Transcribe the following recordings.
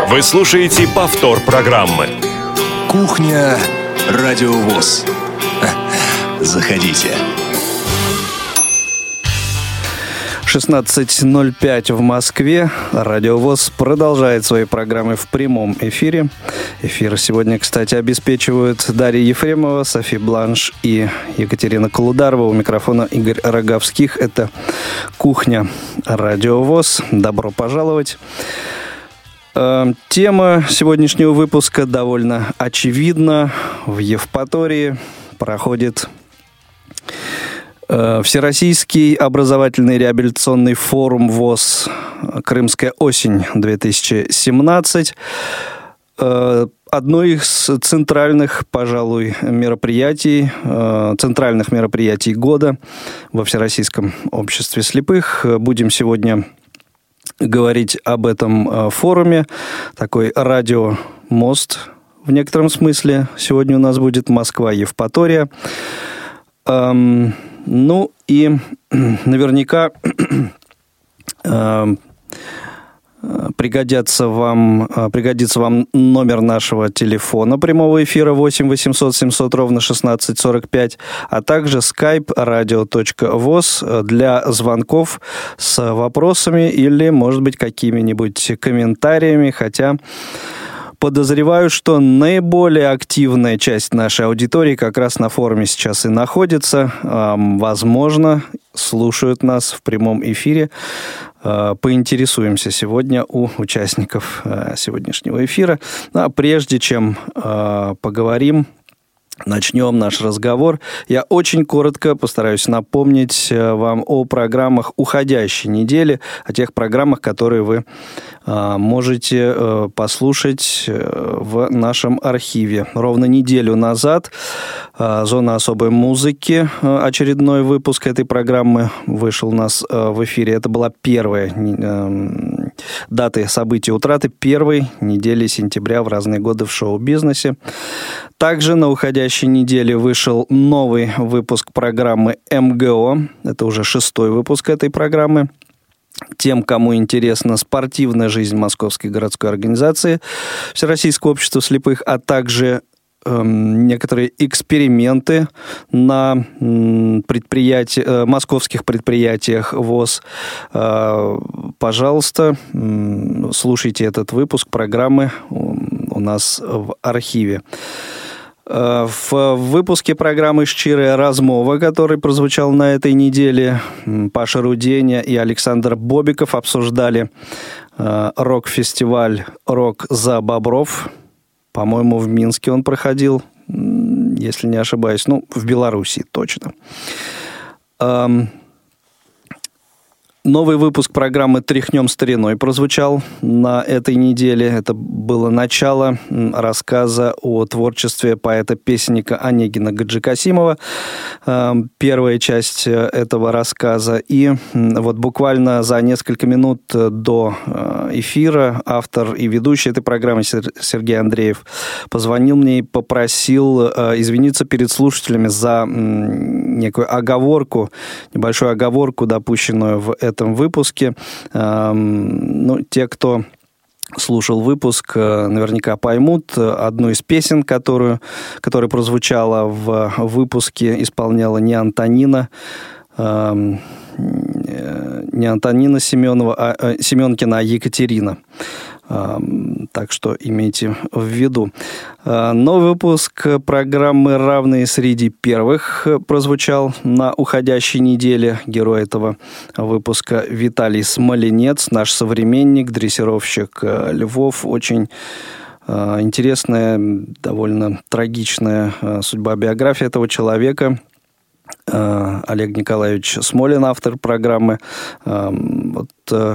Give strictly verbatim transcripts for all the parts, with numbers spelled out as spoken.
Вы слушаете повтор программы. Кухня Радио ВОС. Заходите. шестнадцать ноль пять в Москве. Радио ВОС продолжает свои программы в прямом эфире. Эфир сегодня, кстати, обеспечивают Дарья Ефремова, Софи Бланш и Екатерина Колударова. У микрофона Игорь Роговских. Это «Кухня Радио ВОС». Добро пожаловать. Тема сегодняшнего выпуска довольно очевидна. В Евпатории проходит Всероссийский образовательный реабилитационный форум ВОС «Крымская осень-две тысячи семнадцать». Одно из центральных, пожалуй, мероприятий, центральных мероприятий года во Всероссийском обществе слепых. Будем сегодня говорить об этом форуме. Такой радиомост в некотором смысле. Сегодня у нас будет Москва-Евпатория. Ну и наверняка пригодятся вам, пригодится вам номер нашего телефона прямого эфира восемь восемьсот семьсот ровно шестнадцать сорок пять, а также skype radio точка voz для звонков с вопросами или, может быть, какими-нибудь комментариями, хотя подозреваю, что наиболее активная часть нашей аудитории как раз на форуме сейчас и находится. Возможно, слушают нас в прямом эфире. Поинтересуемся сегодня у участников сегодняшнего эфира. А прежде чем поговорим, начнем наш разговор, я очень коротко постараюсь напомнить вам о программах уходящей недели, о тех программах, которые вы можете послушать в нашем архиве. Ровно неделю назад «Зона особой музыки», очередной выпуск этой программы, вышел у нас в эфире. Это была первая дата событий утраты первой недели сентября в разные годы в шоу-бизнесе. Также на уходящей неделе вышел новый выпуск программы МГО. Это уже шестой выпуск этой программы. Тем, кому интересна спортивная жизнь Московской городской организации Всероссийского общества слепых, а также э, некоторые эксперименты на предприятии, э, московских предприятиях ВОС, э, пожалуйста, э, слушайте этот выпуск программы у нас в архиве. В выпуске программы «Щирая размова», который прозвучал на этой неделе, Паша Руденя и Александр Бобиков обсуждали рок-фестиваль «Рок за Бобров». По-моему, в Минске он проходил, если не ошибаюсь. Ну, в Беларуси точно. Новый выпуск программы «Тряхнем стариной» прозвучал на этой неделе. Это было начало рассказа о творчестве поэта-песенника Онегина Гаджикасимова. Первая часть этого рассказа. И вот буквально за несколько минут до эфира автор и ведущий этой программы Сергей Андреев позвонил мне и попросил извиниться перед слушателями за некую оговорку, небольшую оговорку, допущенную в этом этом выпуске. Ну, те, кто слушал выпуск, наверняка поймут одну из песен, которую, которая прозвучала в выпуске, исполняла не Антонина, не Антонина Семенова, а Семенкина, а Екатерина. Так что имейте в виду. Новый выпуск программы «Равные среди первых» прозвучал на уходящей неделе. Герой этого выпуска Виталий Смоленец, наш современник, дрессировщик львов. Очень интересная, довольно трагичная судьба, биография этого человека. Олег Николаевич Смолин, автор программы. Вот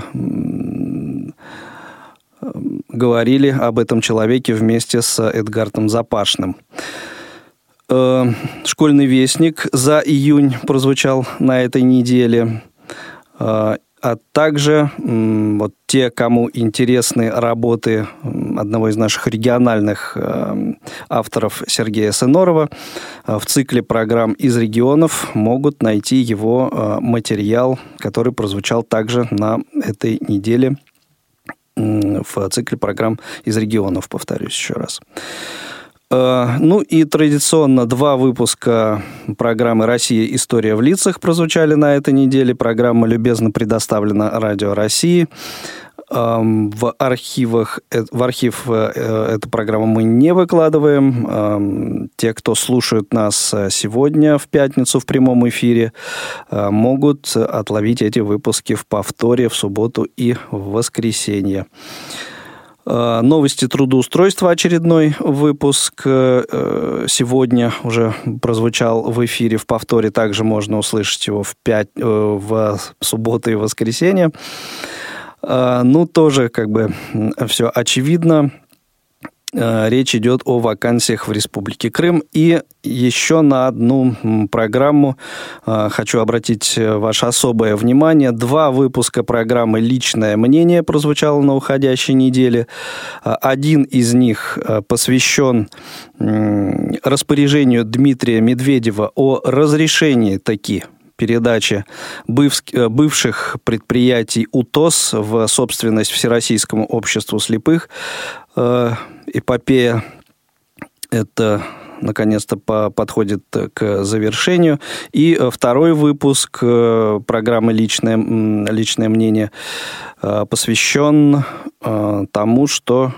говорили об этом человеке вместе с Эдгартом Запашным. «Школьный вестник» за июнь прозвучал на этой неделе. А также вот те, кому интересны работы одного из наших региональных авторов Сергея Сынорова, в цикле программ «Из регионов» могут найти его материал, который прозвучал также на этой неделе в цикле программ из регионов, повторюсь еще раз. Ну и традиционно два выпуска программы «Россия. История в лицах» прозвучали на этой неделе. Программа любезно предоставлена Радио России. В архивах, в архив эту программу мы не выкладываем. Те, кто слушают нас сегодня в пятницу в прямом эфире, могут отловить эти выпуски в повторе в субботу и в воскресенье. Новости трудоустройства, очередной выпуск сегодня уже прозвучал в эфире в повторе. Также можно услышать его в, пять, в субботу и воскресенье. Ну, тоже как бы все очевидно. Речь идет о вакансиях в Республике Крым. И еще на одну программу хочу обратить ваше особое внимание. Два выпуска программы «Личное мнение» прозвучало на уходящей неделе. Один из них посвящен распоряжению Дмитрия Медведева о разрешении таки передачи бывших предприятий УТОС в собственность Всероссийскому обществу слепых. Эпопея это наконец-то подходит к завершению. И второй выпуск программы «Личное, личное мнение» посвящен тому, что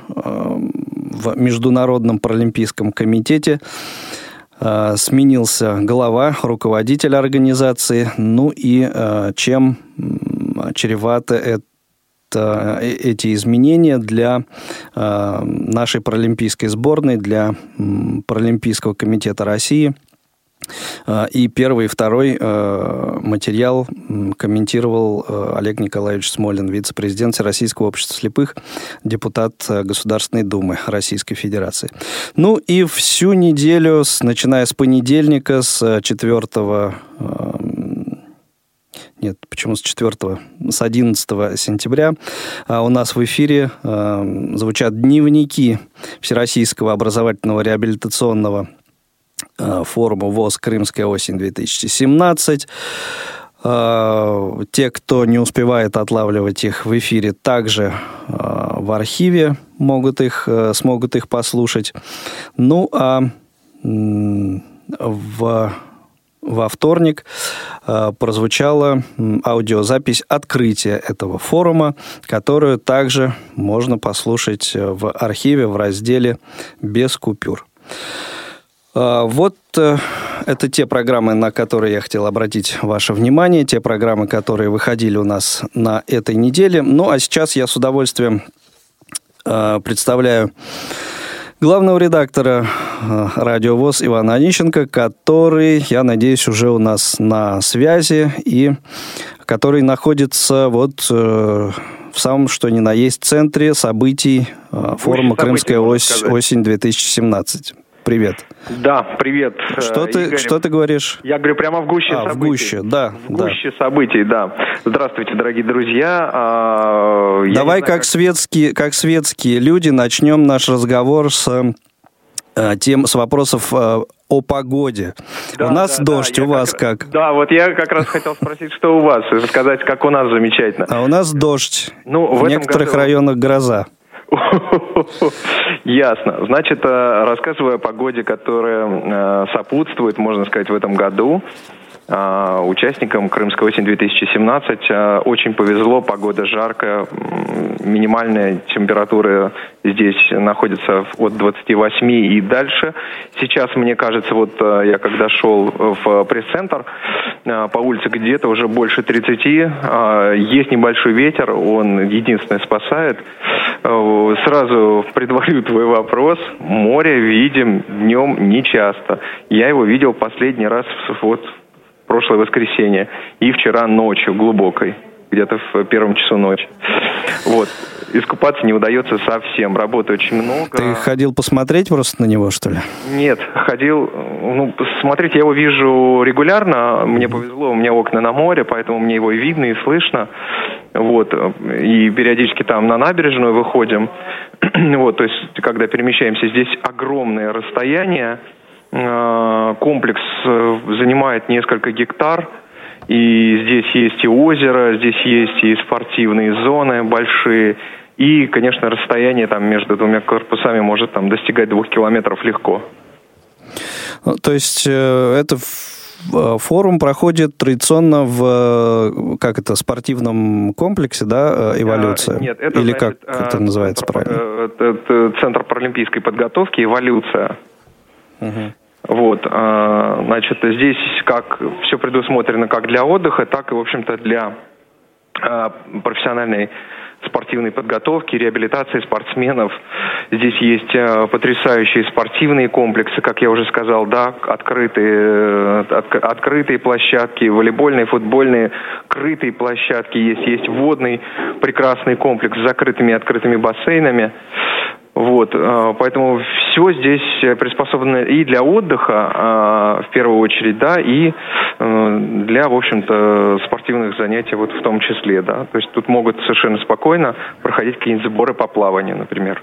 в Международном паралимпийском комитете сменился глава, руководитель организации. Ну и чем чревато это, эти изменения для нашей паралимпийской сборной, для Паралимпийского комитета России. И первый и второй материал комментировал Олег Николаевич Смолин, вице-президент Всероссийского общества слепых, депутат Государственной Думы Российской Федерации. Ну и всю неделю, начиная с понедельника, с четвертого... Нет, почему с четвертого? С одиннадцатого сентября у нас в эфире звучат дневники Всероссийского образовательного реабилитационного форума ВОС «Крымская осень-две тысячи семнадцать». Те, кто не успевает отлавливать их в эфире, также в архиве могут их, смогут их послушать. Ну, а в, во вторник прозвучала аудиозапись открытия этого форума, которую также можно послушать в архиве в разделе «Без купюр». Вот это те программы, на которые я хотел обратить ваше внимание, те программы, которые выходили у нас на этой неделе. Ну, а сейчас я с удовольствием представляю главного редактора Радио ВОС Ивана Онищенко, который, я надеюсь, уже у нас на связи и который находится вот в самом что ни на есть центре событий форума «Крымская осень-две тысячи семнадцать». Привет. Да, привет. Что ты, Игорь, что ты говоришь? Я говорю прямо в гуще а, событий. в гуще, да. В гуще да. событий, да. Здравствуйте, дорогие друзья. Я Давай, знаю, как, как... Светские, как светские люди, начнем наш разговор с, тем, с вопросов о погоде. Да, у нас да, дождь, да, у вас как... как? Да, вот я как раз хотел спросить, что у вас, и сказать, как у нас замечательно. А у нас дождь. Ну, в, в некоторых году... районах гроза. Ясно. Значит, рассказывая о погоде, которая сопутствует, можно сказать, в этом году, участникам Крымской осень-две тысячи семнадцать очень повезло, погода жаркая, минимальная температура здесь находится от двадцати восьми и дальше. Сейчас, мне кажется, вот я когда шел в пресс-центр, по улице где-то уже больше тридцати, есть небольшой ветер, он единственное спасает. Сразу предварю твой вопрос, море видим днем нечасто. Я его видел последний раз вот прошлое воскресенье и вчера ночью глубокой, где-то в первом часу ночи. Вот. Искупаться не удается совсем, работы очень много. Ты ходил посмотреть просто на него, что ли? Нет, ходил, ну, смотреть я его вижу регулярно, мне повезло, у меня окна на море, поэтому мне его и видно, и слышно. Вот, и периодически там на набережную выходим. Вот, то есть, когда перемещаемся, здесь огромное расстояние. Комплекс занимает несколько гектар, и здесь есть и озеро, здесь есть и спортивные зоны большие, И, конечно, расстояние там между двумя корпусами может там достигать двух километров легко. То есть это форум проходит традиционно в, как это, спортивном комплексе, да, «Эволюция»? Нет, это, или значит, как это называется центр, правильно? Это Центр паралимпийской подготовки «Эволюция». Угу. Вот, значит, здесь как все предусмотрено как для отдыха, так и, в общем-то, для профессиональной спортивной подготовки, реабилитации спортсменов. Здесь есть потрясающие спортивные комплексы, как я уже сказал, да, открытые, от, открытые площадки, волейбольные, футбольные, крытые площадки есть, есть водный прекрасный комплекс с закрытыми и открытыми бассейнами. Вот, поэтому все здесь приспособлено и для отдыха, в первую очередь, да, и для, в общем-то, спортивных занятий вот в том числе, да. То есть тут могут совершенно спокойно проходить какие-нибудь сборы по плаванию, например.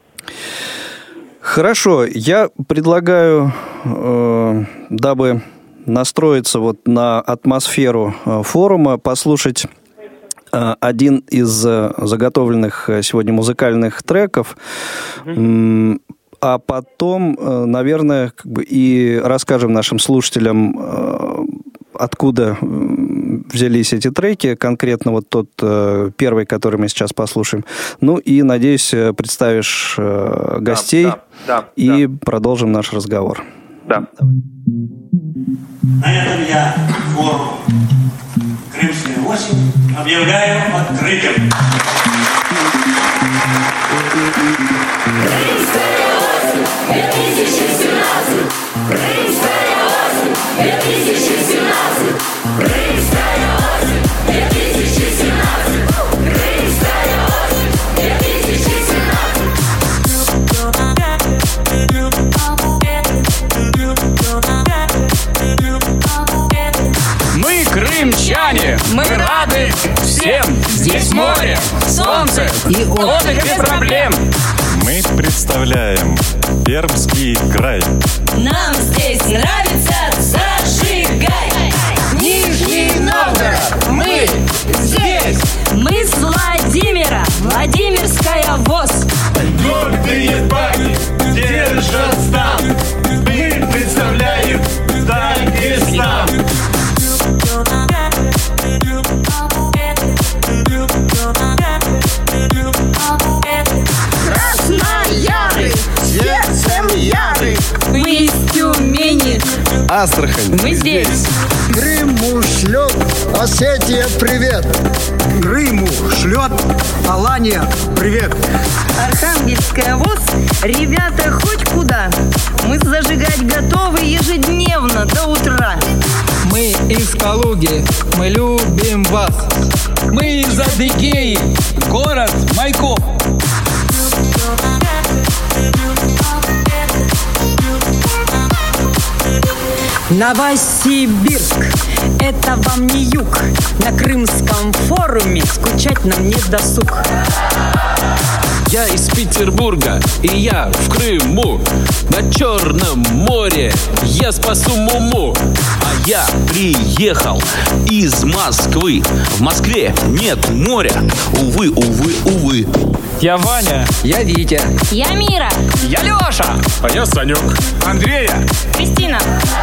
Хорошо, я предлагаю, дабы настроиться вот на атмосферу форума, послушать один из заготовленных сегодня музыкальных треков, mm-hmm. а потом, наверное, как бы и расскажем нашим слушателям, откуда взялись эти треки, конкретно вот тот первый, который мы сейчас послушаем. Ну и, надеюсь, представишь гостей, да, да, да, и да. продолжим наш разговор. Да. Давай. На этом я форум «Крымская осень» объявляю открытым. Крымская осень две тысячи семнадцать. Крымская осень две тысячи семнадцать. Крымская осень две тысячи семнадцать. Крымская осень две тысячи семнадцать. Мы крымчане, мы рады всем. Здесь море, солнце и отдых без проблем. Мы представляем Пермский край. Нам здесь нравится, зажигай. Нижний Новгород, мы здесь. Мы с Владимира, Владимирская ВОС. Гордые баки держат стан. Мы представляем Дагестан. Краснояры, сердцем яры. Мы из Тюмени. Астрахань. Мы здесь. Крыму шлет Осетия привет. Крыму шлет Алания привет. Архангельская ВОС, ребята, хоть куда. Мы зажигать готовы ежедневно до утра. Мы из Калуги, мы любим вас. Мы из Адыгеи, город Майкоп. Новосибирск, это вам не юг. На Крымском форуме скучать нам не досуг. Я из Петербурга, и я в Крыму. На Черном море я спасу Муму. А я приехал из Москвы. В Москве нет моря, увы, увы, увы. Я Ваня. Я Витя. Я Мира. Я Леша. А я Санек. Андрея. Кристина.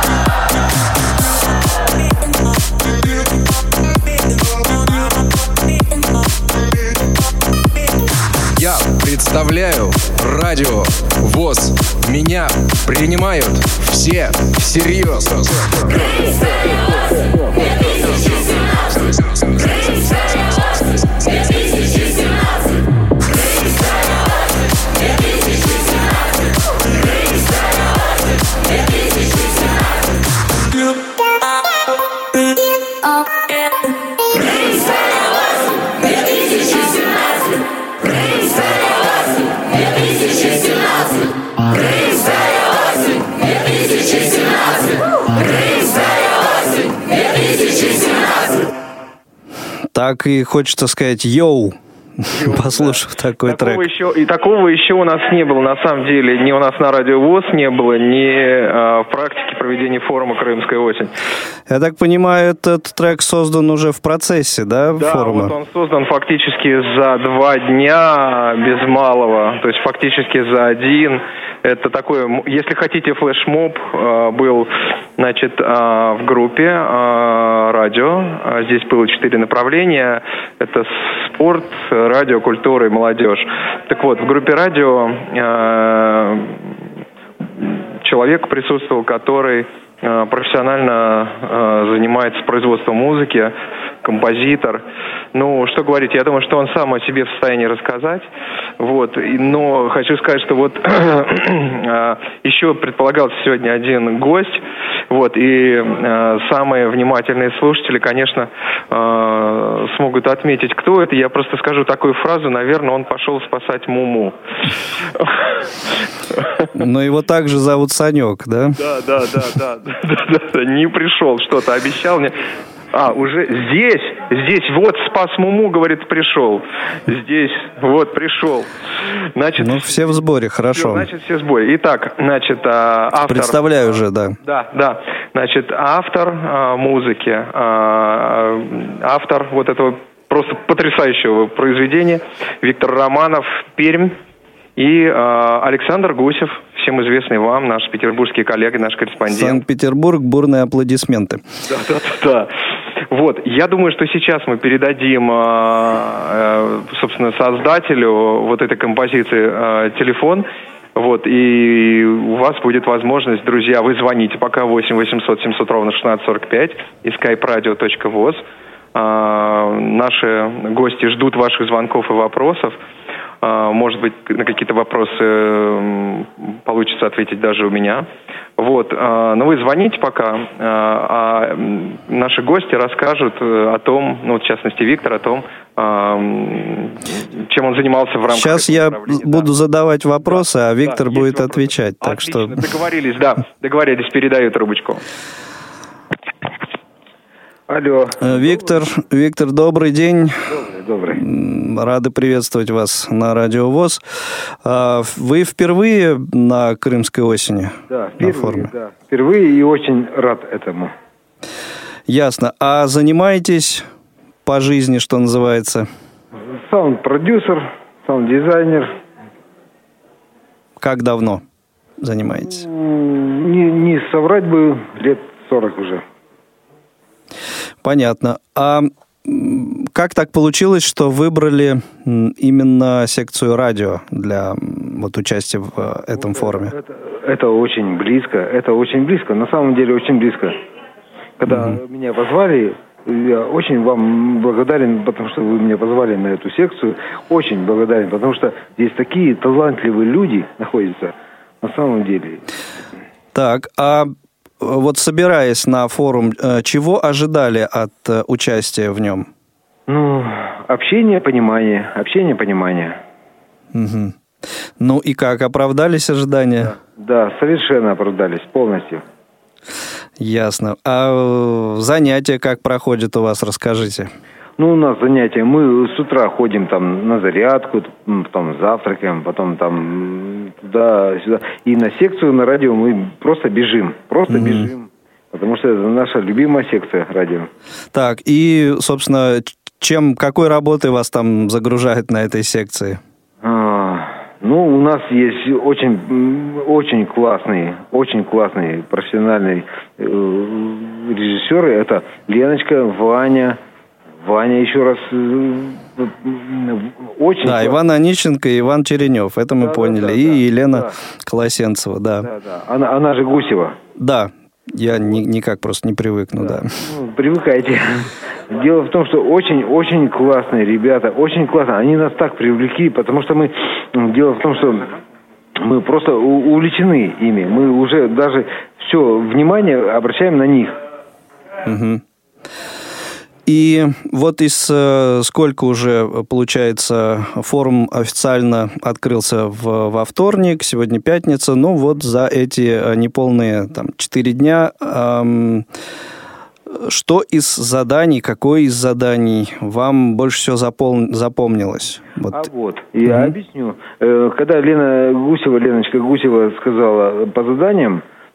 Я представляю радио ВОС. Меня принимают все всерьез. Так и хочется сказать «Йоу», послушав да. такой такого трек. Еще, и такого еще у нас не было, на самом деле. Ни у нас на радио ВОС не было, ни а, в практике проведения форума «Крымская осень». Я так понимаю, этот трек создан уже в процессе, да, да, форума? Да, вот он создан фактически за два дня без малого, то есть фактически за один. Это такой, если хотите, флешмоб был, значит, в группе радио. Здесь было четыре направления. Это спорт, радио, культура и молодежь. Так вот, в группе радио человек присутствовал, который профессионально занимается производством музыки, композитор. Ну, что говорить, я думаю, что он сам о себе в состоянии рассказать. Вот. Но хочу сказать, что вот еще предполагался сегодня один гость. Вот. И самые внимательные слушатели, конечно, смогут отметить, кто это. Я просто скажу такую фразу, наверное, он пошел спасать Муму. Но его также зовут Санек, да? Да, да, да, да, да, да, да. Не пришел, что-то обещал мне. А, уже здесь, здесь, вот спас Муму, говорит, пришел. Здесь, вот, пришел. Значит, ну, все в сборе, хорошо. Все, значит, все в сборе. Итак, значит, автор... Представляю уже, да. Да, да. Значит, автор а, музыки, а, автор вот этого просто потрясающего произведения Виктор Романов, Пермь. И э, Александр Гусев, всем известный вам, наш петербургский коллега, наш корреспондент. Санкт-Петербург, бурные аплодисменты. Да, да, да. Вот, я думаю, что сейчас мы передадим, э, собственно, создателю вот этой композиции э, телефон. Вот, и у вас будет возможность, друзья, вы звоните пока восемь восемьсот семьсот ровно шестнадцать сорок пять и skype radio точка voz. Э, наши гости ждут ваших звонков и вопросов. Может быть, на какие-то вопросы получится ответить даже у меня. Вот. Но вы звоните пока, а наши гости расскажут о том, ну, в частности, Виктор, о том, чем он занимался в рамках... Сейчас я буду да. задавать вопросы, а Виктор да, будет вопрос. отвечать. Так Отлично, что... договорились, да, договорились, передаю трубочку. Алло. Виктор, добрый. Виктор, добрый день. Добрый, добрый. Рады приветствовать вас на Радио ВОС. Вы впервые на Крымской осени? Да, впервые, да. Впервые и очень рад этому. Ясно. А занимаетесь по жизни, что называется? Саунд-продюсер, саунд-дизайнер. Как давно занимаетесь? Не, не соврать бы, лет сорок уже. Понятно. А как так получилось, что выбрали именно секцию радио для вот участия в этом форуме? Это, это очень близко, это очень близко, на самом деле очень близко. Когда mm-hmm. меня позвали, я очень вам благодарен, потому что вы меня позвали на эту секцию. Очень благодарен, потому что здесь такие талантливые люди находятся на самом деле. Так, а вот собираясь на форум, чего ожидали от участия в нем? Ну, общение, понимание, общение, понимание. Угу. Ну и как, оправдались ожидания? Да, да, совершенно оправдались, полностью. Ясно. А занятия как проходят у вас, расскажите. Ну, у нас занятия, мы с утра ходим там на зарядку, потом завтракаем, потом там туда-сюда. И на секцию, на радио мы просто бежим, просто mm-hmm. бежим, потому что это наша любимая секция радио. Так, и, собственно, чем, какой работой вас там загружают на этой секции? А, ну, у нас есть очень, очень классные, очень классные профессиональные э, режиссеры. Это Леночка, Ваня... Ваня еще раз очень... Да, Иван Онищенко и Иван Черенев, это мы да, поняли. Да, да, и да, Елена да. Колосенцева, да. Да, да. Она, она же Гусева. Да, я ни, никак просто не привыкну, да. да. Ну, привыкайте. Дело в том, что очень-очень классные ребята, очень классно. Они нас так привлекли, потому что мы... Дело в том, что мы просто увлечены ими. Мы уже даже все внимание обращаем на них. Угу. И вот из сколько уже, получается, форум официально открылся в, во вторник, сегодня пятница, ну вот за эти неполные там, четыре дня, эм, что из заданий, какое из заданий вам больше всего запол- запомнилось? Вот. А вот, я mm-hmm. объясню. Когда Лена Гусева, Леночка Гусева сказала по заданиям,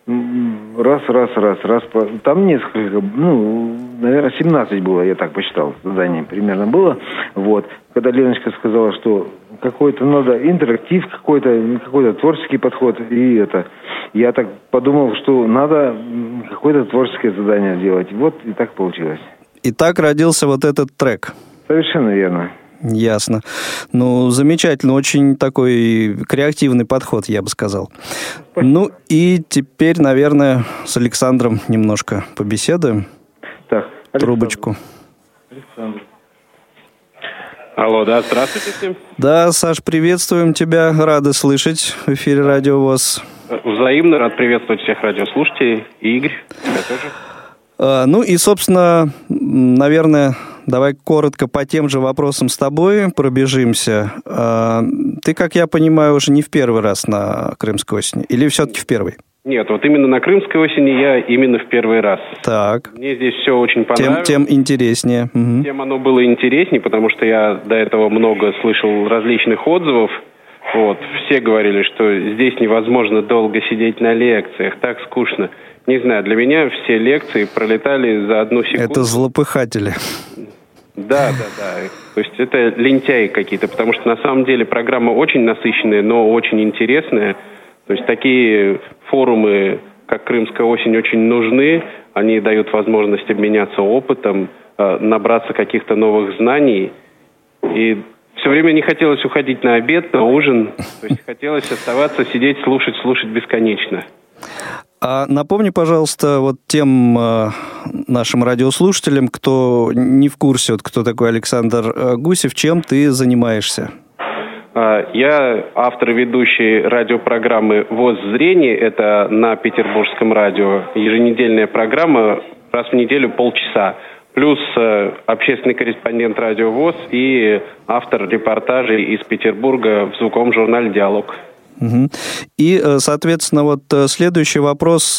Раз, раз, раз, раз. Там несколько, ну, наверное, семнадцать было, я так посчитал, заданий примерно было. Вот. Когда Леночка сказала, что какой-то надо интерактив какой-то, какой-то творческий подход, и это, я так подумал, что надо какое-то творческое задание делать. Вот и так получилось. И так родился вот этот трек. Совершенно верно. Ясно. Ну, замечательно. Очень такой креативный подход, я бы сказал. Спасибо. Ну, и теперь, наверное, с Александром немножко побеседуем. Так, Александр. Трубочку. Александр. Алло, да, здравствуйте всем. Да, Саш, приветствуем тебя. Рады слышать в эфире Радио ВОС. Взаимно рад приветствовать всех радиослушателей. И Игорь, тебя тоже. А, ну и, собственно, наверное... Давай коротко по тем же вопросам с тобой пробежимся. Ты, как я понимаю, уже не в первый раз на Крымской осени? Или все-таки в первый? Нет, вот именно на Крымской осени я именно в первый раз. Так. Мне здесь все очень понравилось. Тем, тем интереснее. Угу. Тем оно было интереснее, потому что я до этого много слышал различных отзывов. Вот. Все говорили, что здесь невозможно долго сидеть на лекциях, так скучно. Не знаю, для меня все лекции пролетали за одну секунду. Это злопыхатели. Да, да, да. То есть это лентяи какие-то, потому что на самом деле программа очень насыщенная, но очень интересная. То есть такие форумы, как «Крымская осень», очень нужны. Они дают возможность обменяться опытом, набраться каких-то новых знаний. И все время не хотелось уходить на обед, на ужин. То есть хотелось оставаться, сидеть, слушать, слушать бесконечно. А напомни, пожалуйста, вот тем э, нашим радиослушателям, кто не в курсе, вот кто такой Александр Гусев, чем ты занимаешься? Я автор и ведущий радиопрограммы «ВОС Зрение». Это на Петербургском радио. Еженедельная программа, раз в неделю полчаса. Плюс э, общественный корреспондент радио ВОС и автор репортажей из Петербурга в звуковом журнале «Диалог». Угу. И, соответственно, вот следующий вопрос.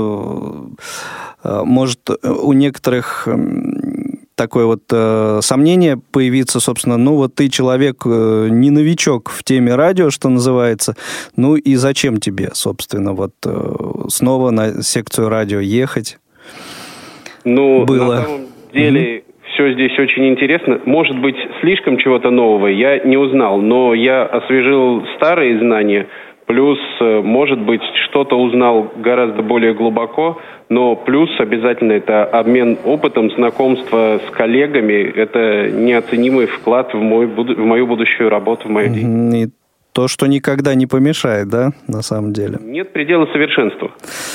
Может, у некоторых такое вот сомнение появиться, собственно, ну вот ты человек не новичок в теме радио, что называется, ну и зачем тебе, собственно, вот снова на секцию радио ехать? Ну, было? На самом деле... Угу. Все здесь очень интересно. Может быть, слишком чего-то нового я не узнал, но я освежил старые знания, плюс, может быть, что-то узнал гораздо более глубоко, но плюс обязательно это обмен опытом, знакомство с коллегами. Это неоценимый вклад в, мой, в мою будущую работу, в мою деятельность. И то, что никогда не помешает, да, на самом деле? Нет предела совершенству.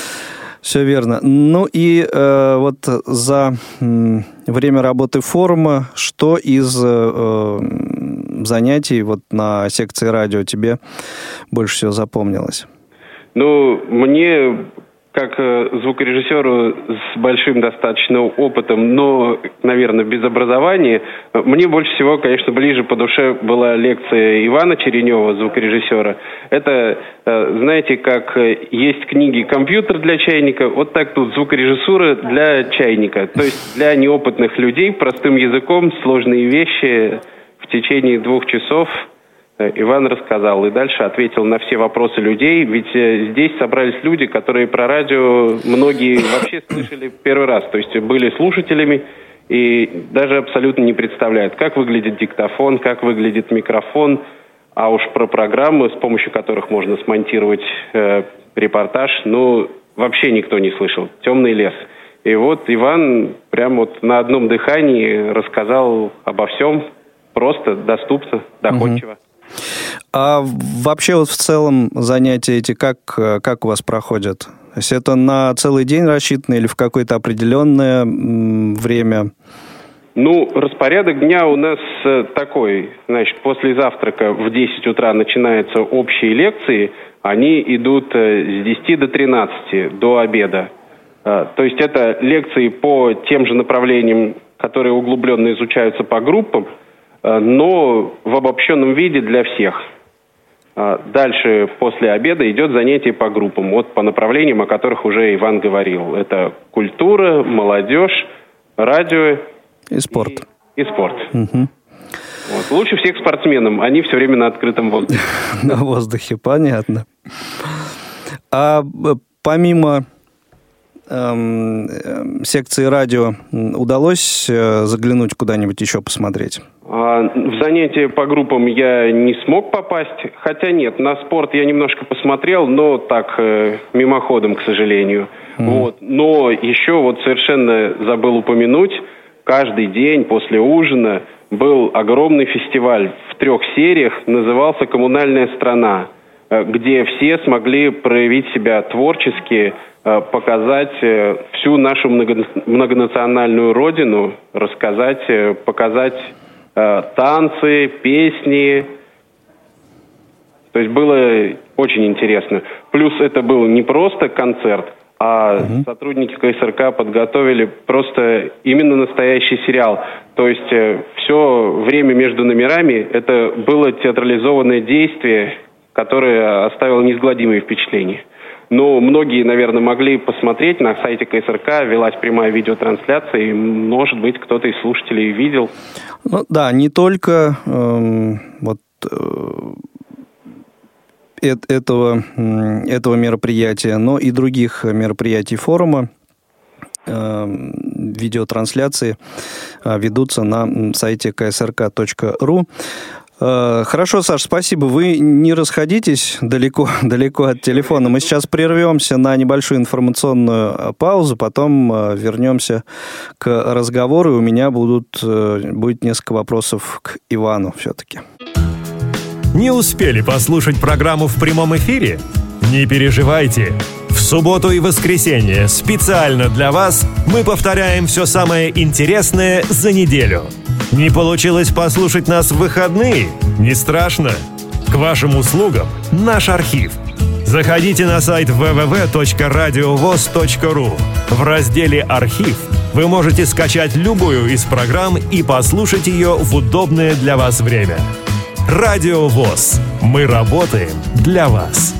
Все верно. Ну и э, вот за э, время работы форума, что из э, занятий вот на секции радио тебе больше всего запомнилось? Ну, мне, как звукорежиссеру с большим достаточно опытом, но, наверное, без образования, мне больше всего, конечно, ближе по душе была лекция Ивана Черенева, звукорежиссера. Это, знаете, как есть книги «Компьютер для чайника», вот так тут звукорежиссура для чайника. То есть для неопытных людей простым языком сложные вещи в течение двух часов Иван рассказал и дальше ответил на все вопросы людей, ведь здесь собрались люди, которые про радио многие вообще слышали первый раз, то есть были слушателями и даже абсолютно не представляют, как выглядит диктофон, как выглядит микрофон, а уж про программы, с помощью которых можно смонтировать э, репортаж, ну, вообще никто не слышал. «Темный лес». И вот Иван прямо вот на одном дыхании рассказал обо всем, просто, доступно, доходчиво. А вообще вот в целом занятия эти как, как у вас проходят? То есть это на целый день рассчитано или в какое-то определенное время? Ну, распорядок дня у нас такой. Значит, после завтрака в десять утра начинаются общие лекции. Они идут с десяти до тринадцати, до обеда. То есть это лекции по тем же направлениям, которые углубленно изучаются по группам, но в обобщенном виде для всех. Дальше, после обеда, идет занятие по группам, вот по направлениям, о которых уже Иван говорил. Это культура, молодежь, радио и спорт. И, и спорт. Угу. Вот. Лучше всех спортсменам, они все время на открытом воздухе. На воздухе, понятно. А помимо эм, секции радио удалось заглянуть куда-нибудь еще посмотреть? В занятия по группам я не смог попасть, хотя нет, на спорт я немножко посмотрел, но так, э, мимоходом, к сожалению. Mm. Вот. Но еще вот совершенно забыл упомянуть, каждый день после ужина был огромный фестиваль в трех сериях, назывался «Коммунальная страна», где все смогли проявить себя творчески, показать всю нашу многонациональную родину, рассказать, показать танцы, песни. То есть было очень интересно. Плюс это был не просто концерт, а угу. сотрудники КСРК подготовили просто именно настоящий сериал. То есть все время между номерами это было театрализованное действие, которое оставило неизгладимые впечатления. Но многие, наверное, могли посмотреть на сайте КСРК, велась прямая видеотрансляция, и, может быть, кто-то из слушателей видел. Ну, да, не только э, вот, э, этого, этого мероприятия, но и других мероприятий форума. Э, видеотрансляции э, ведутся на сайте ка эс эр ка точка ру. Хорошо, Саш, спасибо. Вы не расходитесь далеко, далеко от телефона. Мы сейчас прервемся на небольшую информационную паузу, потом вернемся к разговору. У меня будут, будет несколько вопросов к Ивану все-таки. Не успели послушать программу в прямом эфире? Не переживайте. В субботу и воскресенье специально для вас мы повторяем все самое интересное за неделю. Не получилось послушать нас в выходные? Не страшно. К вашим услугам наш архив. Заходите на сайт дабл ю дабл ю дабл ю точка радиовос точка ру. В разделе «Архив» вы можете скачать любую из программ и послушать ее в удобное для вас время. Радио ВОС. Мы работаем для вас.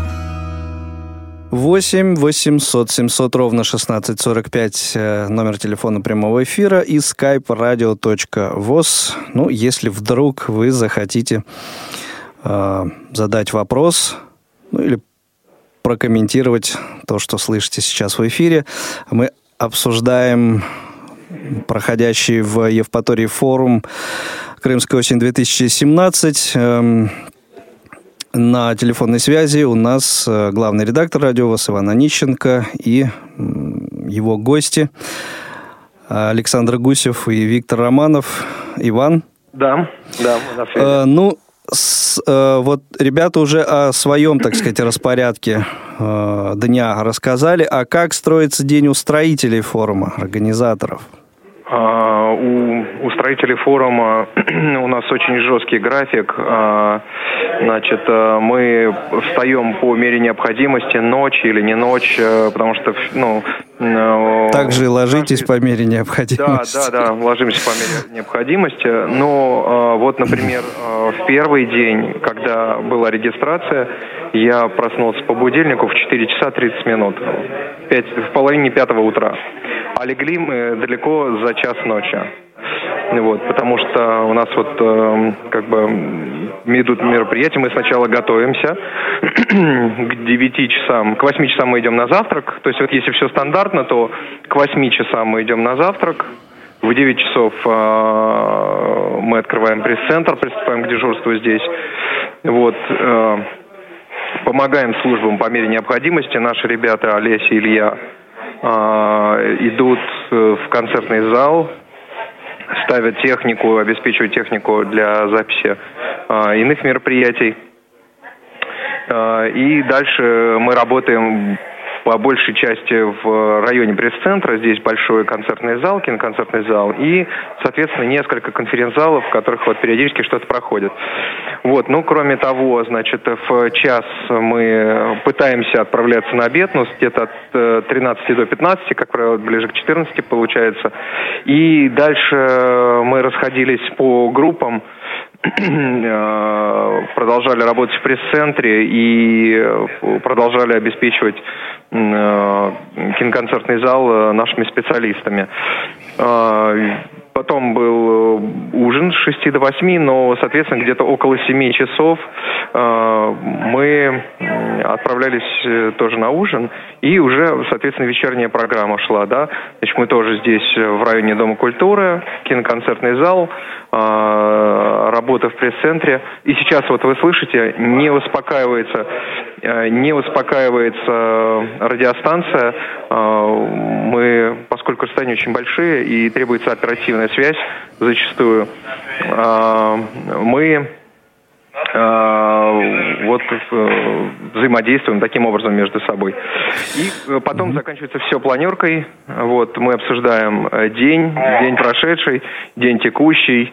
восемь восемьсот семьсот ровно шестнадцать сорок пять номер телефона прямого эфира и skype radio точка voz. Ну, если вдруг вы захотите э, задать вопрос, ну или прокомментировать то, что слышите сейчас в эфире, мы обсуждаем проходящий в Евпатории форум «Крымская осень-две тысячи семнадцать». Э, На телефонной связи у нас главный редактор радио ВОС Иван Онищенко и его гости Александр Гусев и Виктор Романов. Иван? Да, да, мы на связи. Э, ну, с, э, вот ребята уже о своем, так сказать, распорядке э, дня рассказали. А как строится день у строителей форума, организаторов? Uh, у, у строителей форума у нас очень жесткий график. Uh, значит, uh, мы встаем по мере необходимости, ночь или не ночь, uh, потому что, ну... Uh, Также ложитесь по мере необходимости. Да, да, да, ложимся по мере необходимости. Но uh, вот, например, uh, в первый день, когда была регистрация, я проснулся по будильнику в четыре часа тридцать минут, пять, в половине пятого утра. А легли мы далеко за час ночи. Вот, потому что у нас вот э, как бы идут мероприятия, мы сначала готовимся к девяти часам, к восьми часам мы идем на завтрак. То есть вот если все стандартно, то к восьми часам мы идем на завтрак. В девять часов э, мы открываем пресс-центр, приступаем к дежурству здесь. Вот, э, помогаем службам по мере необходимости. Наши ребята Олеся и Илья идут в концертный зал, ставят технику, обеспечивают технику для записи иных мероприятий. И дальше мы работаем по большей части в районе пресс-центра. Здесь большой концертный зал, киноконцертный зал и, соответственно, несколько конференц-залов, в которых вот периодически что-то проходит. Вот, ну, кроме того, значит, в час мы пытаемся отправляться на обед, ну, где-то от тринадцати до пятнадцати, как правило, ближе к четырнадцати получается. И дальше мы расходились по группам, продолжали работать в пресс-центре и продолжали обеспечивать киноконцертный зал нашими специалистами. потом был ужин с шести до восьми, но, соответственно, где-то около семи часов мы отправлялись тоже на ужин, и уже, соответственно, вечерняя программа шла, да. Значит, мы тоже здесь в районе Дома культуры, киноконцертный зал, работа в пресс-центре. И сейчас вот вы слышите, не успокаивается, не успокаивается радиостанция. Мы, поскольку расстояния очень большие и требуется оперативная связь зачастую, мы вот взаимодействуем таким образом между собой. И потом mm-hmm. заканчивается все планеркой. Вот, мы обсуждаем день, день прошедший, день текущий.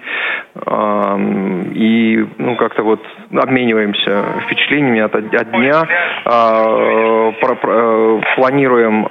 И ну, как-то вот обмениваемся впечатлениями от, от дня. Про, про, планируем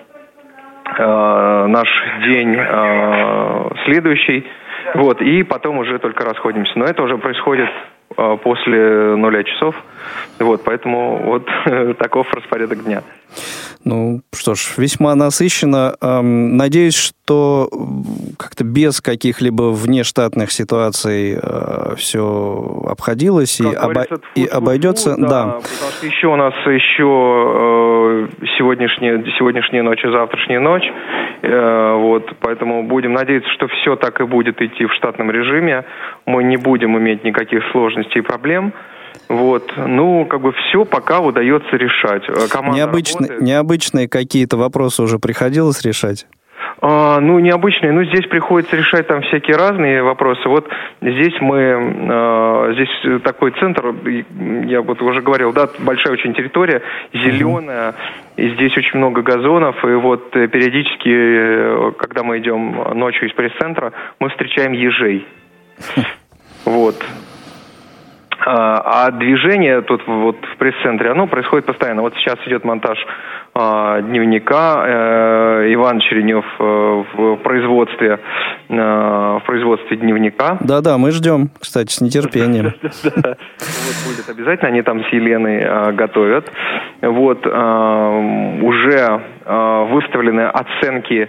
наш день следующий. Вот, и потом уже только расходимся. Но это уже происходит после нуля часов. Вот, поэтому вот таков распорядок дня. Ну, что ж, весьма насыщенно. Надеюсь, что как-то без каких-либо внештатных ситуаций все обходилось и, обо... и обойдется. Да, да. Потому что еще у нас еще сегодняшняя, сегодняшняя ночь и завтрашняя ночь. Вот, поэтому будем надеяться, что все так и будет идти в штатном режиме. Мы не будем иметь никаких сложностей и проблем. Вот, ну, как бы все пока удается решать. Необычные, необычные какие-то вопросы уже приходилось решать? А, ну, необычные. Ну, здесь приходится решать там всякие разные вопросы. Вот здесь мы, а, здесь такой центр, я вот уже говорил, да, большая очень территория, зеленая, и здесь очень много газонов, и вот периодически, когда мы идем ночью из пресс-центра, мы встречаем ежей. Вот. А движение тут вот в пресс-центре, оно происходит постоянно. Вот сейчас идет монтаж а, дневника. Э, Иван Черенев э, в производстве э, в производстве дневника. Да-да, мы ждем, кстати, с нетерпением. Вот будет обязательно, они там с Еленой готовят. Вот уже выставлены оценки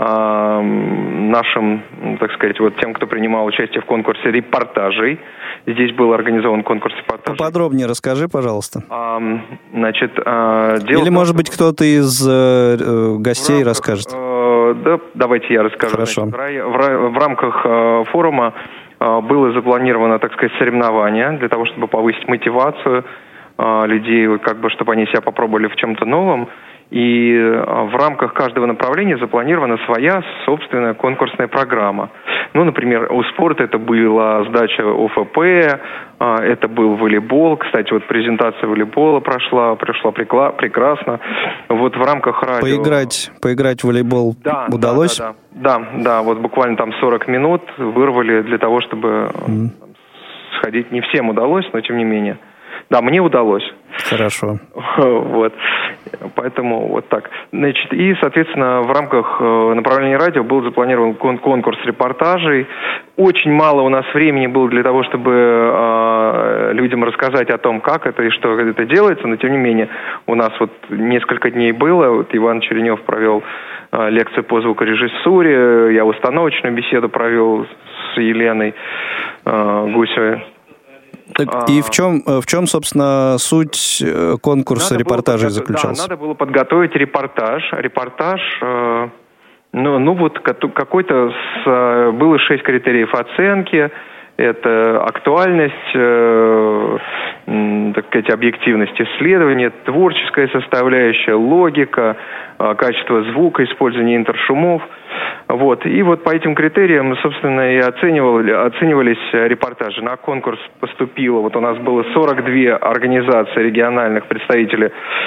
нашим, так сказать, вот тем, кто принимал участие в конкурсе репортажей. Здесь был организован конкурс репортажей. Поподробнее расскажи, пожалуйста. А, значит, а, дело Или, том, может быть, кто-то из э, гостей рамках, расскажет. Э, да, давайте я расскажу. Хорошо. Значит, в, в рамках э, форума э, было запланировано, так сказать, соревнование для того, чтобы повысить мотивацию э, людей, как бы, чтобы они себя попробовали в чем-то новом. И в рамках каждого направления запланирована своя собственная конкурсная программа. Ну, например, у спорта это была сдача О Ф П, это был волейбол. Кстати, вот презентация волейбола прошла, прошла прекрасно. Вот в рамках радио... Поиграть, поиграть в волейбол да, удалось? Да, да, да, да, вот буквально там сорок минут вырвали для того, чтобы mm. сходить. Не всем удалось, но тем не менее. Да, мне удалось. Хорошо. Вот. Поэтому вот так. Значит, и, соответственно, в рамках направления радио был запланирован конкурс репортажей. Очень мало у нас времени было для того, чтобы э, людям рассказать о том, как это и что это делается, но, тем не менее, у нас вот несколько дней было. Вот Иван Черенев провел э, лекции по звукорежиссуре, я установочную беседу провел с Еленой э, Гусевой. Так, а, и в чем, в чем, собственно, суть конкурса репортажей подго- заключалась? Да, надо было подготовить репортаж. Репортаж, э, ну, ну вот какой-то, с, было шесть критериев оценки. Это актуальность, э, так сказать, объективность исследования, творческая составляющая, логика, э, качество звука, использование интершумов. Вот. И вот по этим критериям, собственно, и оценивали, оценивались репортажи. На конкурс поступило, вот у нас было сорок две организации региональных представителей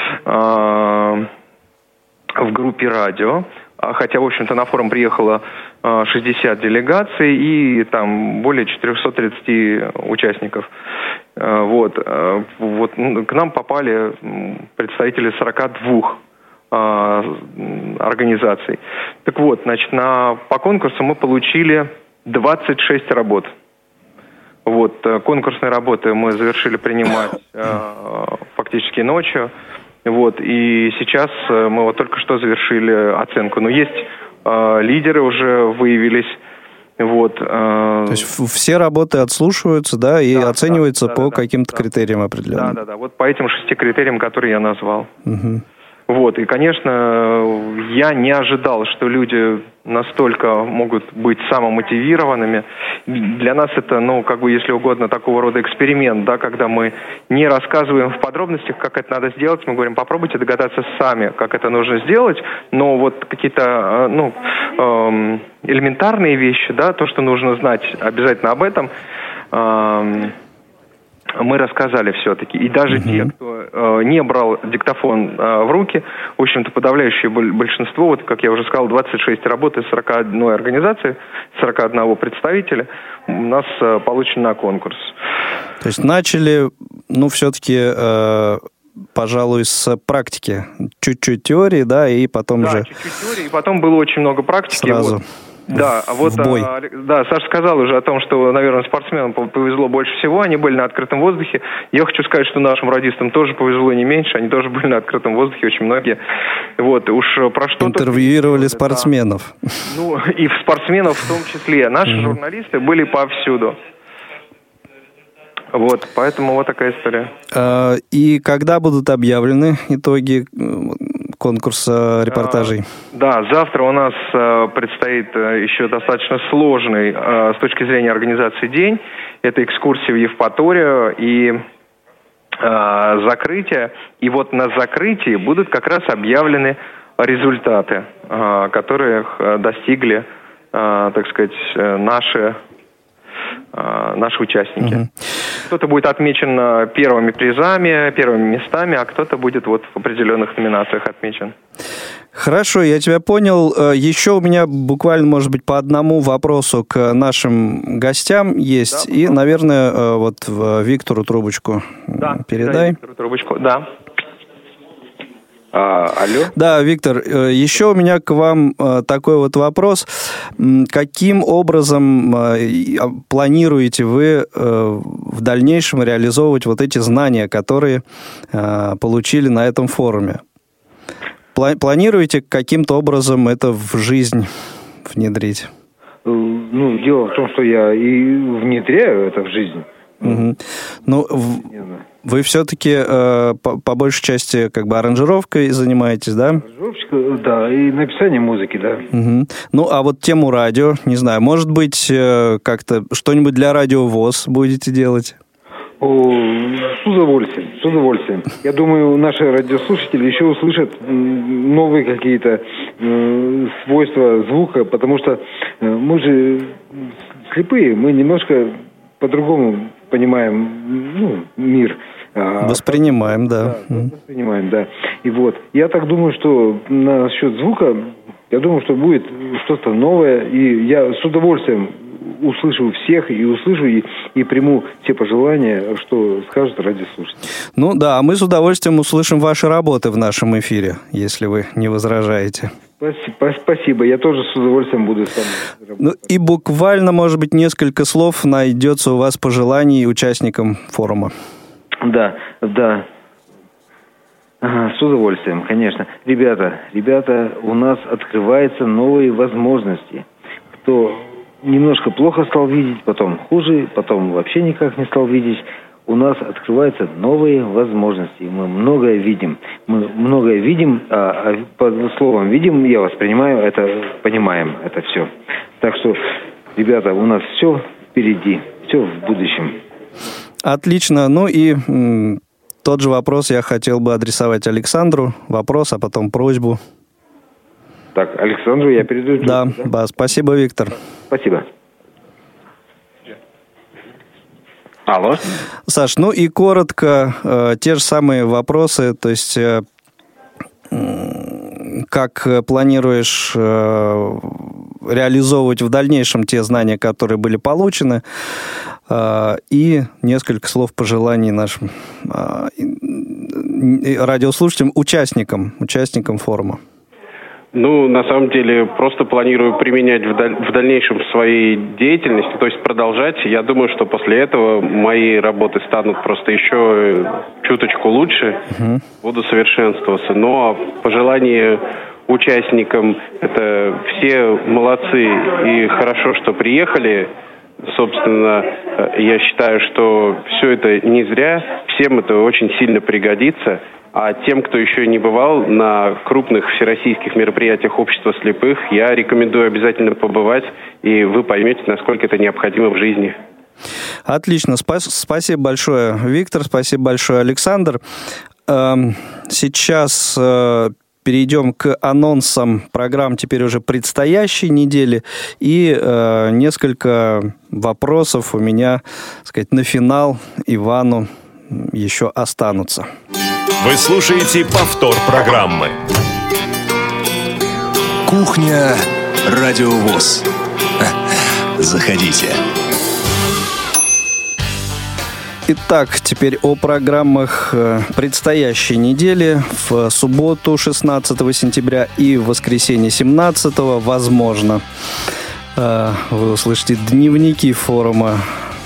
э, в группе радио. Хотя, в общем-то, на форум приехало шестьдесят делегаций и там более четыреста тридцать участников. Вот. Вот к нам попали представители сорок два организаций. Так вот, значит, на, по конкурсу мы получили двадцать шесть работ. Вот, конкурсные работы мы завершили принимать фактически ночью. Вот, и сейчас мы вот только что завершили оценку. Но есть э, лидеры уже выявились, Вот. То есть все работы отслушиваются, да, и да, оцениваются да, по да, каким-то да, критериям определенным. Да, да, да. Вот по этим шести критериям, которые я назвал. Угу. Вот. И, конечно, я не ожидал, что люди настолько могут быть самомотивированными. Для нас это, ну, как бы, если угодно, такого рода эксперимент, да, когда мы не рассказываем в подробностях, как это надо сделать, мы говорим, попробуйте догадаться сами, как это нужно сделать, но вот какие-то, ну, эм, элементарные вещи, да, то, что нужно знать обязательно об этом, эм, мы рассказали все-таки. И даже mm-hmm. те, кто э, не брал диктофон э, в руки, в общем-то, подавляющее большинство, вот, как я уже сказал, двадцать шесть работ из сорок одной организации, сорок одного представителя у нас э, получено на конкурс. То есть начали, ну, все-таки, э, пожалуй, с практики. Чуть-чуть теории, да, и потом да, уже... Да, чуть-чуть теории, и потом было очень много практики. Сразу. Вот. Да, а вот, а, да, Саша сказал уже о том, что, наверное, спортсменам повезло больше всего, они были на открытом воздухе. Я хочу сказать, что нашим радистам тоже повезло не меньше, они тоже были на открытом воздухе, очень многие. Вот, уж про что-то... Интервьюировали спортсменов. Да. Ну, и спортсменов в том числе. Наши mm-hmm. журналисты были повсюду. Вот, поэтому вот такая история. А, и когда будут объявлены итоги конкурса репортажей? А, да, завтра у нас а, предстоит а, еще достаточно сложный а, с точки зрения организации день. Это экскурсия в Евпаторию и а, закрытие. И вот на закрытии будут как раз объявлены результаты, а, которых а, достигли, а, так сказать, наши... наши участники. Угу. Кто-то будет отмечен первыми призами, первыми местами, а кто-то будет вот в определенных номинациях отмечен. Хорошо, я тебя понял. Еще у меня буквально, может быть, по одному вопросу к нашим гостям есть. Да, и, наверное, вот Виктору трубочку да, передай. Да, Виктору трубочку, да. А, алло? Да, Виктор, еще у меня к вам такой вот вопрос. Каким образом планируете вы в дальнейшем реализовывать вот эти знания, которые получили на этом форуме? Планируете каким-то образом это в жизнь внедрить? Ну, дело в том, что я и внедряю это в жизнь. Угу. Ну, в... вы все-таки э, по, по большей части как бы аранжировкой занимаетесь, да? Аранжировщик, да, и написание музыки, да. Угу. Ну, а вот тему радио, не знаю, может быть, э, как-то что-нибудь для Радио ВОС будете делать? О, с удовольствием, с удовольствием. Я думаю, наши радиослушатели еще услышат новые какие-то э, свойства звука, потому что э, мы же слепые, мы немножко по-другому понимаем, ну, мир. Воспринимаем, да. Да, воспринимаем, да. И вот, я так думаю, что насчет звука, я думаю, что будет что-то новое, и я с удовольствием услышу всех, и услышу, и, и приму те пожелания, что скажут радиослушатели. Ну да, а мы с удовольствием услышим ваши работы в нашем эфире, если вы не возражаете. Спасибо, спасибо. Я тоже с удовольствием буду с вами работать. Ну и буквально, может быть, несколько слов найдется у вас пожеланий участникам форума. Да, да. Ага, с удовольствием, конечно. Ребята, ребята, у нас открываются новые возможности. Кто немножко плохо стал видеть, потом хуже, потом вообще никак не стал видеть. У нас открываются новые возможности. Мы многое видим. Мы многое видим, а, а под словом «видим» я воспринимаю это, понимаем это все. Так что, ребята, у нас все впереди, все в будущем. Отлично. Ну и м, тот же вопрос я хотел бы адресовать Александру. Вопрос, а потом просьбу. Так, Александру я передаю. Да, да? Да, спасибо, Виктор. Спасибо. Алло. Саш, ну и коротко, э, те же самые вопросы, то есть э, как планируешь э, реализовывать в дальнейшем те знания, которые были получены, э, и несколько слов пожеланий нашим э, радиослушателям, участникам, участникам форума. Ну, на самом деле, просто планирую применять в, даль- в дальнейшем в своей деятельности, то есть продолжать. Я думаю, что после этого мои работы станут просто еще чуточку лучше, uh-huh. буду совершенствоваться. Но пожелание участникам. Это все молодцы и хорошо, что приехали. Собственно, я считаю, что все это не зря, всем это очень сильно пригодится. А тем, кто еще не бывал на крупных всероссийских мероприятиях общества слепых, я рекомендую обязательно побывать, и вы поймете, насколько это необходимо в жизни. Отлично. Спас- спасибо большое, Виктор. Спасибо большое, Александр. Сейчас перейдем к анонсам программ теперь уже предстоящей недели. И э, несколько вопросов у меня, так сказать, на финал Ивану еще останутся. Вы слушаете повтор программы. Кухня Радио ВОС. Заходите. Итак, теперь о программах предстоящей недели. В субботу шестнадцатого сентября и в воскресенье семнадцатого, возможно, вы услышите дневники форума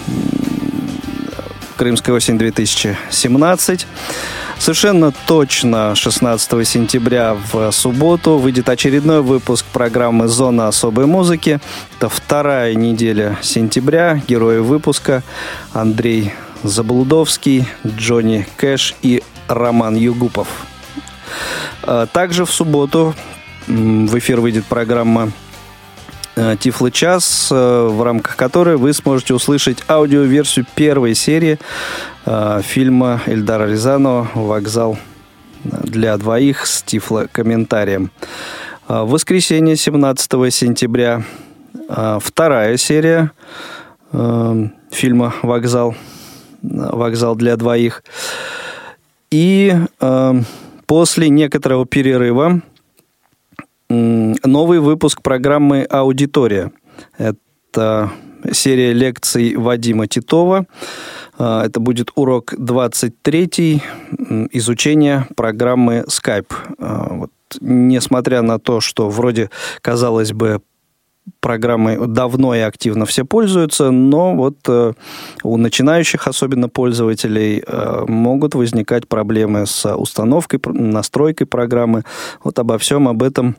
«Крымская осень-две тысячи семнадцать». Совершенно точно шестнадцатого сентября в субботу выйдет очередной выпуск программы «Зона особой музыки». Это вторая неделя сентября. Герои выпуска Андрей Заблудовский, Джонни Кэш и Роман Югупов. Также в субботу в эфир выйдет программа «Тифло-час», в рамках которой вы сможете услышать аудиоверсию первой серии фильма Эльдара Рязанова «Вокзал для двоих» с тифло-комментарием. В воскресенье семнадцатого сентября вторая серия фильма «Вокзал Вокзал для двоих». И э, после некоторого перерыва э, новый выпуск программы «Аудитория». Это серия лекций Вадима Титова. Э, это будет урок двадцать третий, э, изучение программы Skype. Э, вот, несмотря на то, что вроде, казалось бы, программой давно и активно все пользуются, но вот э, у начинающих, особенно пользователей, э, могут возникать проблемы с установкой, настройкой программы. Вот обо всем об этом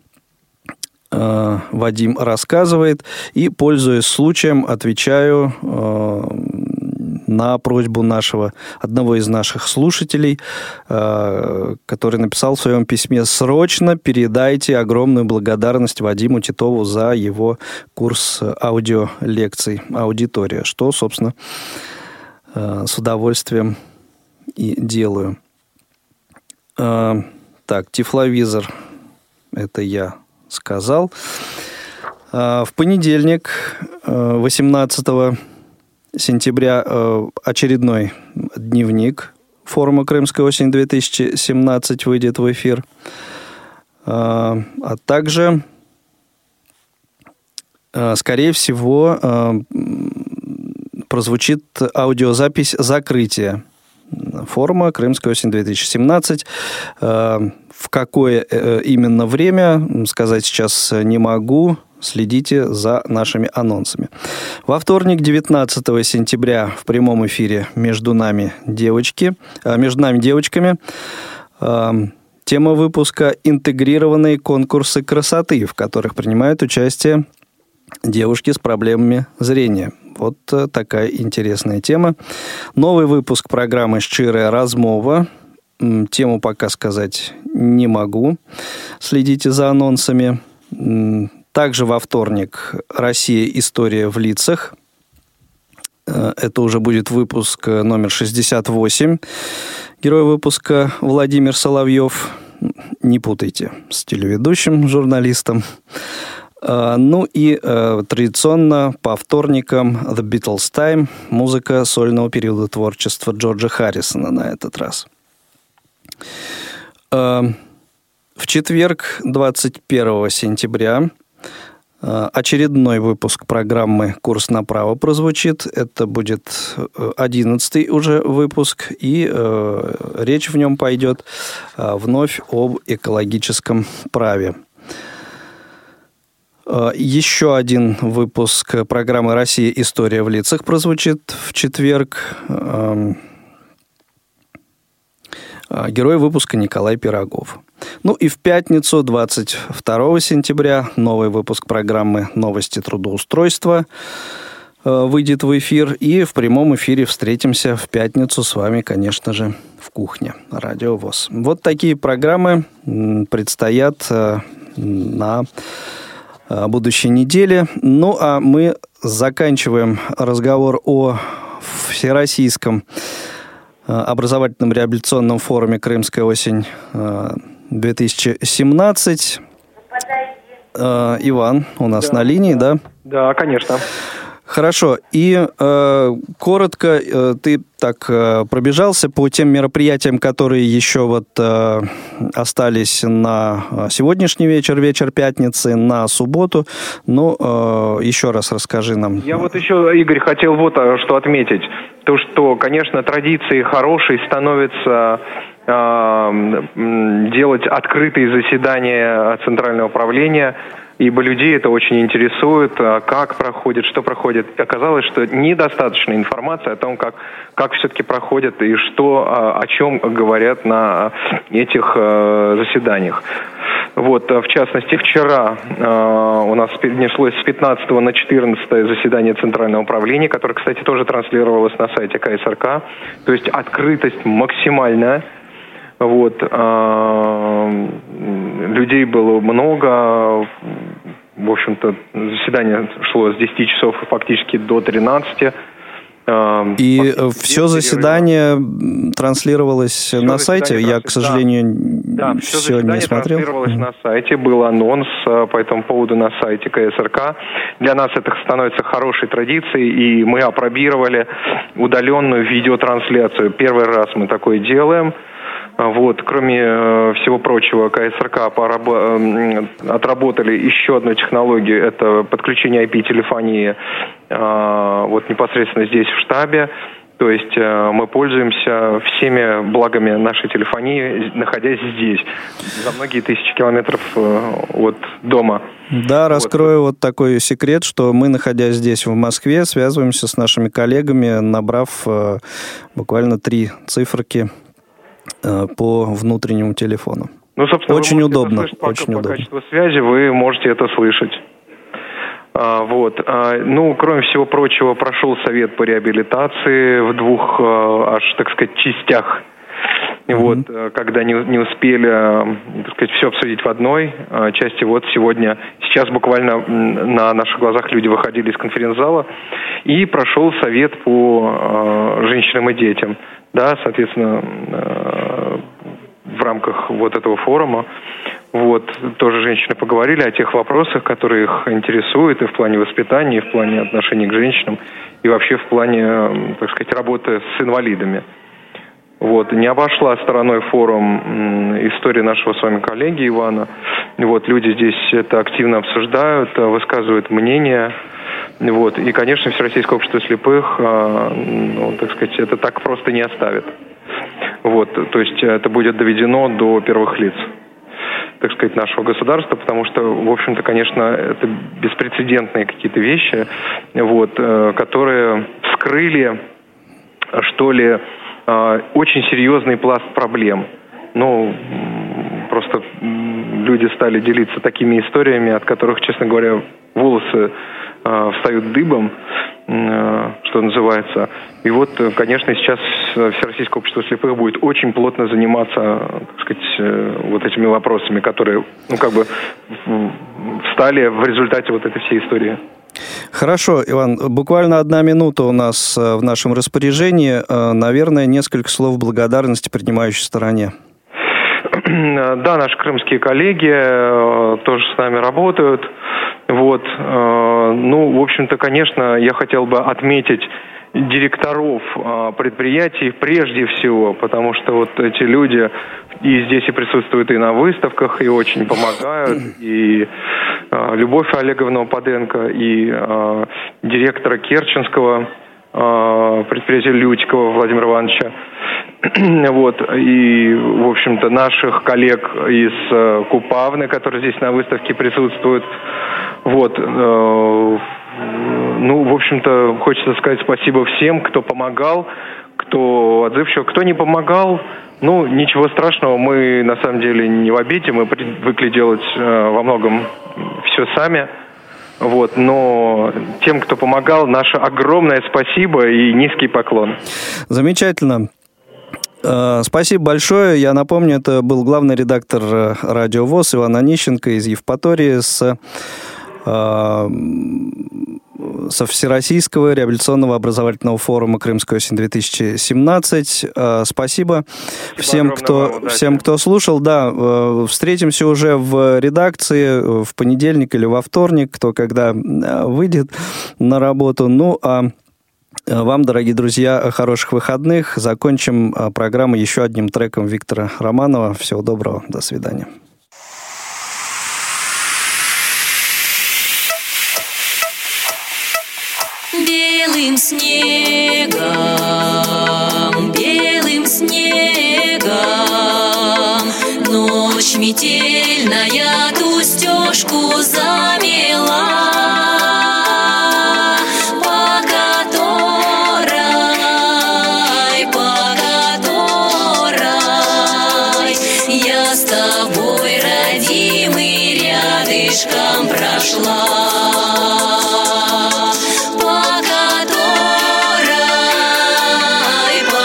э, Вадим рассказывает. И, пользуясь случаем, отвечаю э, на просьбу нашего, одного из наших слушателей, э, который написал в своем письме: срочно передайте огромную благодарность Вадиму Титову за его курс аудиолекций «Аудитория», что, собственно, э, с удовольствием и делаю. Э, так, тифловизор, это я сказал. Э, в понедельник, э, восемнадцатого сентября, очередной дневник форума «Крымская осень-две тысячи семнадцать» выйдет в эфир. А также, скорее всего, прозвучит аудиозапись закрытия форума «Крымская осень-две тысячи семнадцать». В какое именно время, сказать сейчас не могу. Следите за нашими анонсами. Во вторник, девятнадцатого сентября, в прямом эфире «Между нами девочки», «Между нами девочками», тема выпуска «Интегрированные конкурсы красоты», в которых принимают участие девушки с проблемами зрения. Вот такая интересная тема. Новый выпуск программы «Щирая размова». Тему пока сказать не могу. Следите за анонсами. Также во вторник «Россия. История в лицах». Это уже будет выпуск номер шестьдесят восемь. Герой выпуска Владимир Соловьев. Не путайте с телеведущим, журналистом. Ну и традиционно по вторникам «The Beatles Time», музыка сольного периода творчества Джорджа Харрисона на этот раз. В четверг, двадцать первого сентября, очередной выпуск программы «Курс на право» прозвучит. Это будет одиннадцатый уже выпуск, и э, речь в нем пойдет э, вновь об экологическом праве. Э, еще один выпуск программы «Россия. История в лицах» прозвучит в четверг. Э, э, герой выпуска Николай Пирогов. Ну и в пятницу, двадцать второго сентября, новый выпуск программы «Новости трудоустройства» выйдет в эфир. И в прямом эфире встретимся в пятницу с вами, конечно же, в кухне Радио ВОС. Вот такие программы предстоят на будущей неделе. Ну, а мы заканчиваем разговор о Всероссийском образовательном реабилитационном форуме «Крымская осень-две тысячи семнадцать». Иван у нас да. на линии, да? Да, конечно. Хорошо. И э, коротко э, ты так э, пробежался по тем мероприятиям, которые еще вот э, остались на сегодняшний вечер, вечер пятницы, на субботу. Ну, э, еще раз расскажи нам. Я вот еще, Игорь, хотел вот что отметить. То, что, конечно, традицией хорошей становится э, делать открытые заседания Центрального управления, ибо людей это очень интересует, как проходит, что проходит. Оказалось, что недостаточно информации о том, как, как все-таки проходит и что, о чем говорят на этих заседаниях. Вот, в частности, вчера у нас перенеслось с пятнадцатого на четырнадцатое заседание Центрального управления, которое, кстати, тоже транслировалось на сайте ка эс эр ка. То есть открытость максимальная. Вот, э, людей было много, в общем-то, заседание шло с десяти часов фактически до тринадцати. Э, И все заседание транслировалось все на сайте? Я, к сожалению, да, все, все не смотрел. Транслировалось на сайте, был анонс по этому поводу на сайте ка эс эр ка. Для нас это становится хорошей традицией, и мы опробировали удаленную видеотрансляцию. Первый раз мы такое делаем. Вот, кроме э, всего прочего, ка эс эр ка порабо- э, отработали еще одну технологию, это подключение ай пи-телефонии э, вот непосредственно здесь в штабе. То есть э, мы пользуемся всеми благами нашей телефонии, находясь здесь, за многие тысячи километров э, от дома. Да, раскрою вот. вот такой секрет, что мы, находясь здесь в Москве, связываемся с нашими коллегами, набрав э, буквально три циферки по внутреннему телефону. Ну, собственно, очень удобно. По, очень по удобно. качеству связи вы можете это слышать. А, вот. А, ну, кроме всего прочего, прошел совет по реабилитации в двух, а, аж, так сказать, частях. Mm-hmm. Вот, когда не, не успели, так сказать, все обсудить в одной а, части. Вот сегодня, сейчас буквально на наших глазах люди выходили из конференц-зала, и прошел совет по а, женщинам и детям. Да, соответственно, в рамках вот этого форума, вот, тоже женщины поговорили о тех вопросах, которые их интересуют и в плане воспитания, и в плане отношений к женщинам, и вообще в плане, так сказать, работы с инвалидами. Вот, не обошла стороной форум истории нашего с вами коллеги Ивана. Вот, люди здесь это активно обсуждают, высказывают мнение. Вот. И, конечно, Всероссийское общество слепых, ну, так сказать, это так просто не оставит. Вот. То есть это будет доведено до первых лиц, так сказать, нашего государства, потому что, в общем-то, конечно, это беспрецедентные какие-то вещи, вот, которые вскрыли, что ли, очень серьезный пласт проблем. Ну, просто люди стали делиться такими историями, от которых, честно говоря, волосы э, встают дыбом, э, что называется. И вот, конечно, сейчас Всероссийское общество слепых будет очень плотно заниматься, так сказать, э, вот этими вопросами, которые, ну, как бы встали в результате вот этой всей истории. Хорошо, Иван, буквально одна минута у нас в нашем распоряжении. Наверное, несколько слов благодарности принимающей стороне. Да, наши крымские коллеги тоже с нами работают. Вот. Ну, в общем-то, конечно, я хотел бы отметить директоров предприятий прежде всего, потому что вот эти люди и здесь и присутствуют и на выставках, и очень помогают, и э, Любовь Олеговна Паденко, и э, директора Керченского э, предприятия Лютикова Владимира Ивановича, вот, и, в общем-то, наших коллег из э, Купавны, которые здесь на выставке присутствуют, вот, э, ну, в общем-то, хочется сказать спасибо всем, кто помогал, кто отзывчив, кто не помогал, Ну, ничего страшного, мы на самом деле не в обиде, мы привыкли делать э, во многом все сами. Вот, но тем, кто помогал, наше огромное спасибо и низкий поклон. Замечательно. Спасибо большое. Я напомню, это был главный редактор Радио ВОС Иван Онищенко из Евпатории с, со Всероссийского реабилитационного образовательного форума «Крымская осень-две тысячи семнадцать». Спасибо, Спасибо всем, кто, вам, всем, кто слушал. Да, встретимся уже в редакции в понедельник или во вторник, кто когда выйдет на работу. Ну, а вам, дорогие друзья, хороших выходных. Закончим программу еще одним треком Виктора Романова. Всего доброго. До свидания. Белым снегом, белым снегом, ночь метельная ту стежку замела. Рядышком прошла, по которой, по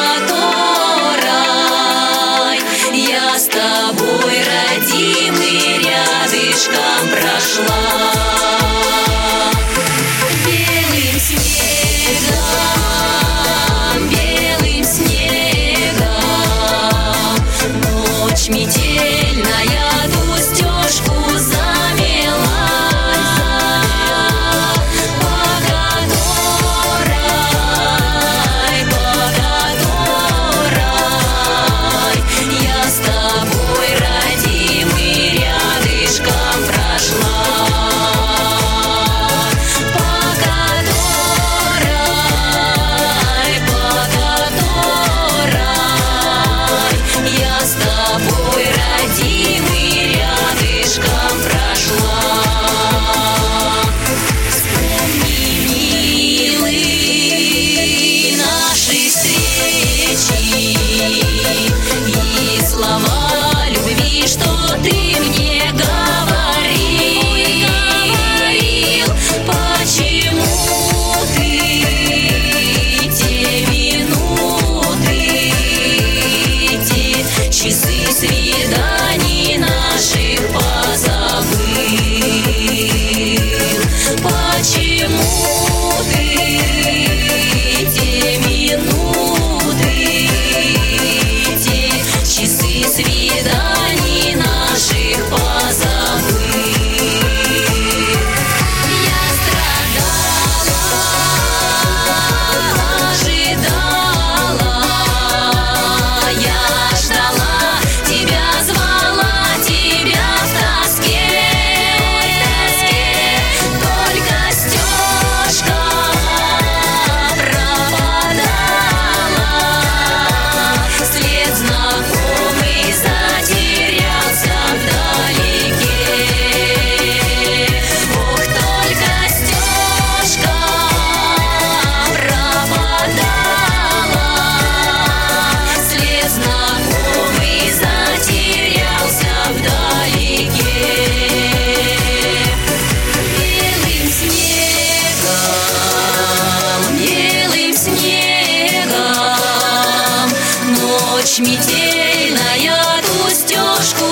которой я с тобой, родимый, рядышком прошла. Белым снегом, белым снегом, ночь метельная ту стежку замела, по которой, по которой я с тобой, родимый, рядышком прошла, по которой, по которой я с тобой, родимый, рядышком прошла. Вспомни, милый, наши встречи и слова любви, что ты мне говорил. Почему ты те минуты, те часы свиданий наших позабыл? Почему ты те минуты, те часы свиданий наших позабыл? Я страдала, ожидала, я ждала, тебя звала, тебя в тоске, только стежка пропадала, след знакомый затерялся вдалеке. Ох, только стежка пропадала, след знакомый затерялся вдалеке. Белым снегом, белым снегом, ночь метельная ту стежку